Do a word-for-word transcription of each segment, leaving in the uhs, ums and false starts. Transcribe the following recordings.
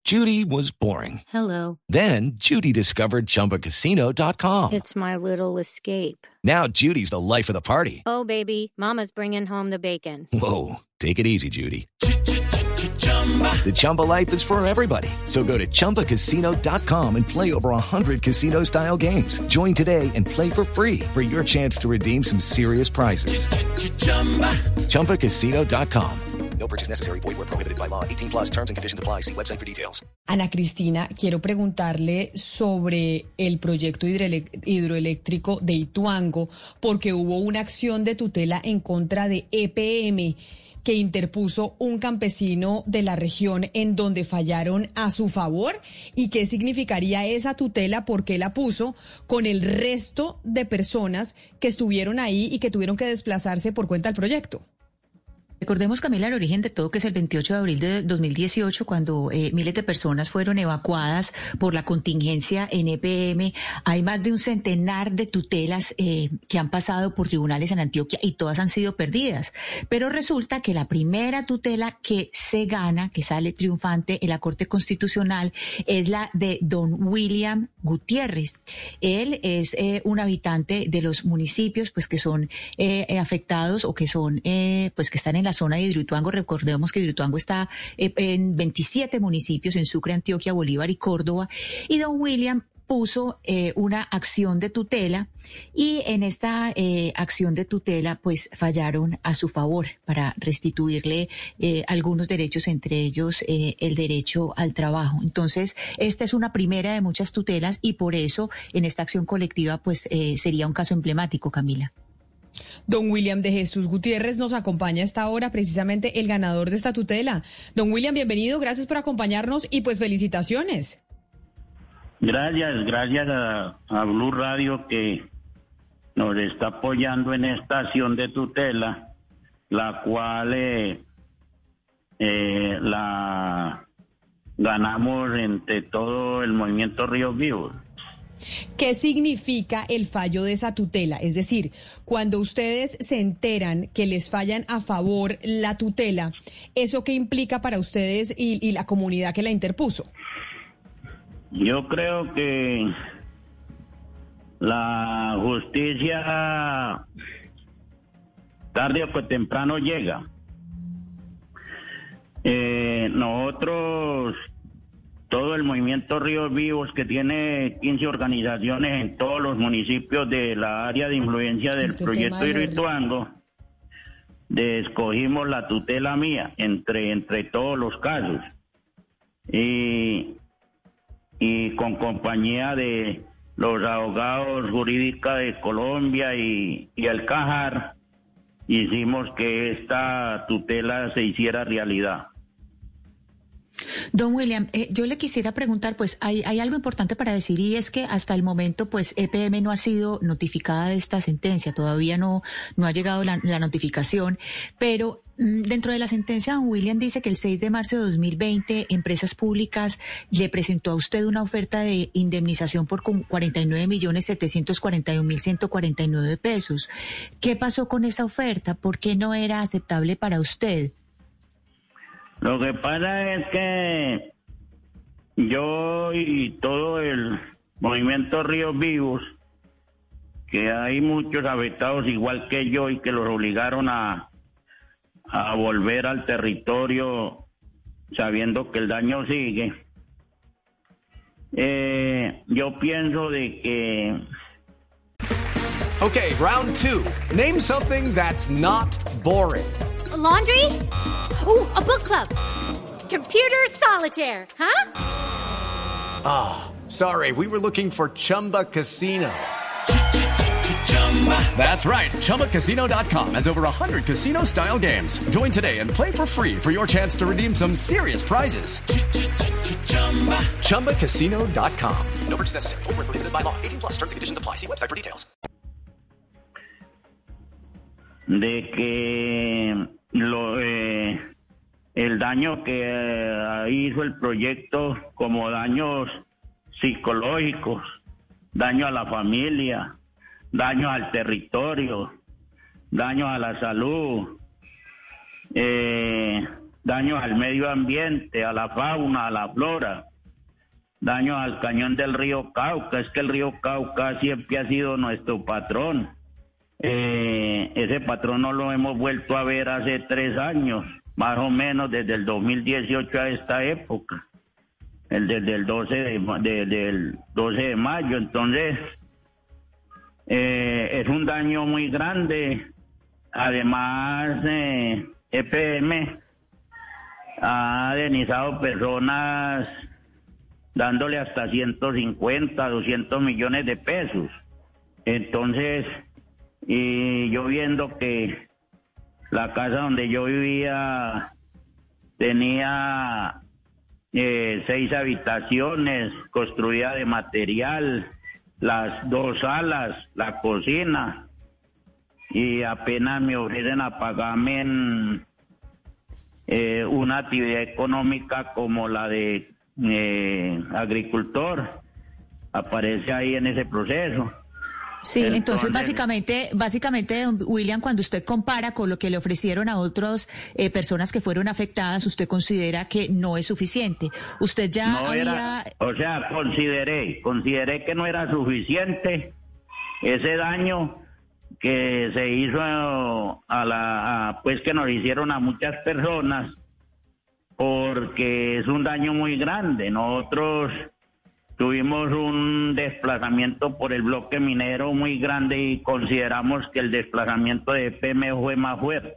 Judy was boring. Hello. Then Judy discovered Chumba Casino dot com. It's my little escape. Now Judy's the life of the party. Oh, baby, mama's bringing home the bacon. Whoa, take it easy, Judy. The Chumba life is for everybody. So go to Chumba Casino dot com and play over one hundred casino-style games. Join today and play for free for your chance to redeem some serious prizes. Chumba Casino dot com. No purchase necessary. Void where prohibited by law. eighteen plus terms and conditions apply. See website for details. Ana Cristina, quiero preguntarle sobre el proyecto hidroelec- hidroeléctrico de Ituango, porque hubo una acción de tutela en contra de E P M que interpuso un campesino de la región en donde fallaron a su favor. ¿Y qué significaría esa tutela? ¿Por qué la puso con el resto de personas que estuvieron ahí y que tuvieron que desplazarse por cuenta del proyecto? Recordemos, Camila, el origen de todo, que es el veintiocho de abril de dos mil dieciocho, cuando eh, miles de personas fueron evacuadas por la contingencia en E P M. Hay más de un centenar de tutelas eh, que han pasado por tribunales en Antioquia y todas han sido perdidas. Pero resulta que la primera tutela que se gana, que sale triunfante en la Corte Constitucional, es la de don William Gutiérrez. Él es eh, un habitante de los municipios pues que son eh, afectados o que son pues que están en la zona de Hidroituango. Recordemos que Hidroituango está eh, en veintisiete municipios, en Sucre, Antioquia, Bolívar y Córdoba, y don William puso eh, una acción de tutela, y en esta eh, acción de tutela pues fallaron a su favor para restituirle eh, algunos derechos, entre ellos eh, el derecho al trabajo. Entonces, esta es una primera de muchas tutelas, y por eso en esta acción colectiva pues eh, sería un caso emblemático, Camila. Don William de Jesús Gutiérrez nos acompaña a esta hora, precisamente el ganador de esta tutela. Don William, bienvenido, gracias por acompañarnos y pues felicitaciones. Gracias, gracias a, a Blue Radio, que nos está apoyando en esta acción de tutela, la cual eh, eh, la ganamos entre todo el movimiento Ríos Vivos. ¿Qué significa el fallo de esa tutela? Es decir, cuando ustedes se enteran que les fallan a favor la tutela, ¿eso qué implica para ustedes y, y la comunidad que la interpuso? Yo creo que la justicia tarde o temprano llega. Eh, nosotros... Todo el movimiento Ríos Vivos, que tiene quince organizaciones en todos los municipios de la área de influencia del este proyecto Hidroituango, de escogimos la tutela mía entre, entre todos los casos. Y, y con compañía de los abogados jurídicos de Colombia y, y el Cajar, hicimos que esta tutela se hiciera realidad. Don William, eh, yo le quisiera preguntar, pues hay, hay algo importante para decir, y es que hasta el momento pues E P M no ha sido notificada de esta sentencia, todavía no, no ha llegado la, la notificación, pero mmm, dentro de la sentencia don William dice que el seis de marzo de dos mil veinte Empresas Públicas le presentó a usted una oferta de indemnización por cuarenta y nueve millones setecientos cuarenta y un mil ciento cuarenta y nueve pesos. ¿Qué pasó con esa oferta? ¿Por qué no era aceptable para usted? Lo que pasa es que yo y todo el movimiento Ríos Vivos, que hay muchos afectados igual que yo y que los obligaron a, a volver al territorio sabiendo que el daño sigue, eh, yo pienso de que... Okay, round two. Name something that's not boring. A laundry? Ooh, a book club. Computer solitaire, huh? Ah, oh, sorry, we were looking for Chumba Casino. That's right, Chumba Casino dot com has over one hundred casino-style games. Join today and play for free for your chance to redeem some serious prizes. Chumba Casino dot com. No purchase necessary. Void where prohibited by law. eighteen plus terms and conditions apply. See website for details. De que lo, eh, el daño que eh, hizo el proyecto, como daños psicológicos, daño a la familia, daños al territorio, daños a la salud, eh, daños al medio ambiente, a la fauna, a la flora, daños al cañón del río Cauca. Es que el río Cauca siempre ha sido nuestro patrón. Eh, ese patrón no lo hemos vuelto a ver hace tres años, más o menos desde el dos mil dieciocho a esta época, el desde el doce de, de, del doce de mayo. Entonces, eh, es un daño muy grande. Además, eh, E P M ha denizado personas dándole hasta ciento cincuenta, doscientos millones de pesos. Entonces, y yo viendo que la casa donde yo vivía tenía eh, seis habitaciones construidas de material, las dos salas, la cocina, y apenas me ofrecen a pagarme en, eh, una actividad económica como la de eh, agricultor, aparece ahí en ese proceso. Sí, entonces, entonces básicamente, básicamente, don William, cuando usted compara con lo que le ofrecieron a otras eh, personas que fueron afectadas, usted considera que no es suficiente. Usted ya no había... Era, o sea, consideré, consideré que no era suficiente ese daño que se hizo a la, a, pues que nos hicieron a muchas personas, porque es un daño muy grande. Nosotros tuvimos un desplazamiento por el bloque minero muy grande y consideramos que el desplazamiento de E P M fue más fuerte.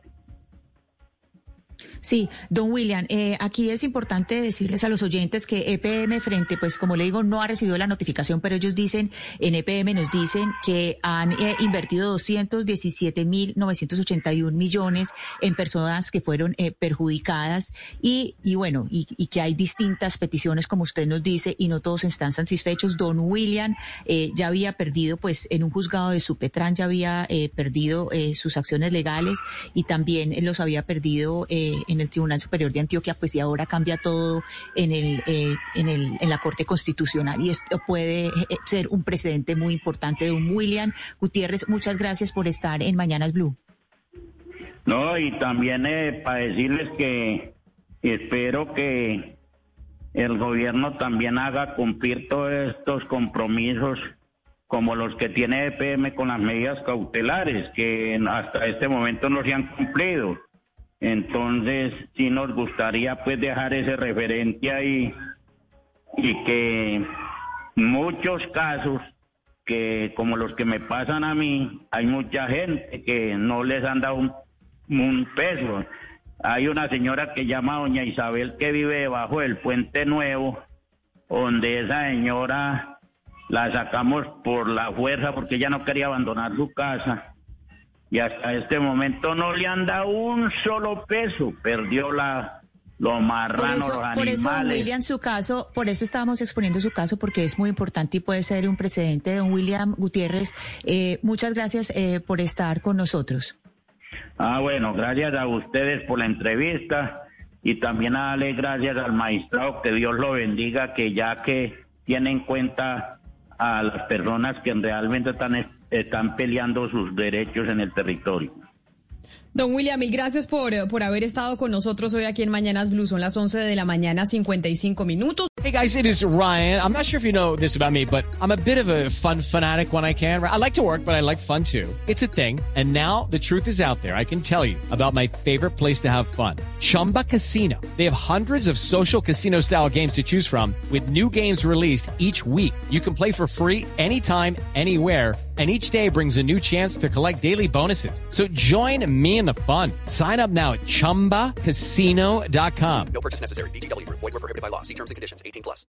Sí, don William, eh, aquí es importante decirles a los oyentes que E P M frente, pues como le digo, no ha recibido la notificación, pero ellos dicen, en E P M nos dicen que han eh, invertido doscientos diecisiete mil novecientos ochenta y un millones en personas que fueron eh, perjudicadas y, y bueno, y, y que hay distintas peticiones, como usted nos dice, y no todos están satisfechos. Don William eh, ya había perdido, pues en un juzgado de Supetran ya había eh, perdido eh, sus acciones legales y también eh, los había perdido eh, en el Tribunal Superior de Antioquia, pues y ahora cambia todo en el eh, en el en la Corte Constitucional y esto puede eh, ser un precedente muy importante. Don William Gutiérrez, muchas gracias por estar en Mañanas Blue. No, y también eh, para decirles que espero que el gobierno también haga cumplir todos estos compromisos como los que tiene E P M con las medidas cautelares, que hasta este momento no se han cumplido. Entonces, sí nos gustaría pues dejar ese referente ahí y que muchos casos que como los que me pasan a mí, hay mucha gente que no les han dado un, un peso. Hay una señora que llama doña Isabel que vive debajo del Puente Nuevo, donde esa señora la sacamos por la fuerza porque ella no quería abandonar su casa. Y hasta este momento no le han dado un solo peso, perdió la lo marrano, los animales. Por eso, William, su caso, por eso estábamos exponiendo su caso, porque es muy importante y puede ser un precedente. Don William Gutiérrez, eh, muchas gracias eh, por estar con nosotros. Ah, bueno, gracias a ustedes por la entrevista y también a darle gracias al magistrado, que Dios lo bendiga, que ya que tiene en cuenta a las personas que realmente están están peleando sus derechos en el territorio. Don William, mil gracias por, por haber estado con nosotros hoy aquí en Mañanas Blue. Son las once de la mañana, cincuenta y cinco minutos. Hey guys, it is Ryan. I'm not sure if you know this about me, but I'm a bit of a fun fanatic when I can. I like to work, but I like fun too. It's a thing. And now the truth is out there. I can tell you about my favorite place to have fun. Chumba Casino. They have hundreds of social casino style games to choose from with new games released each week. You can play for free anytime, anywhere. And each day brings a new chance to collect daily bonuses. So join me in the fun. Sign up now at chumba casino dot com. No purchase necessary. V G W Group. Void where prohibited by law. See terms and conditions. eighteen plus.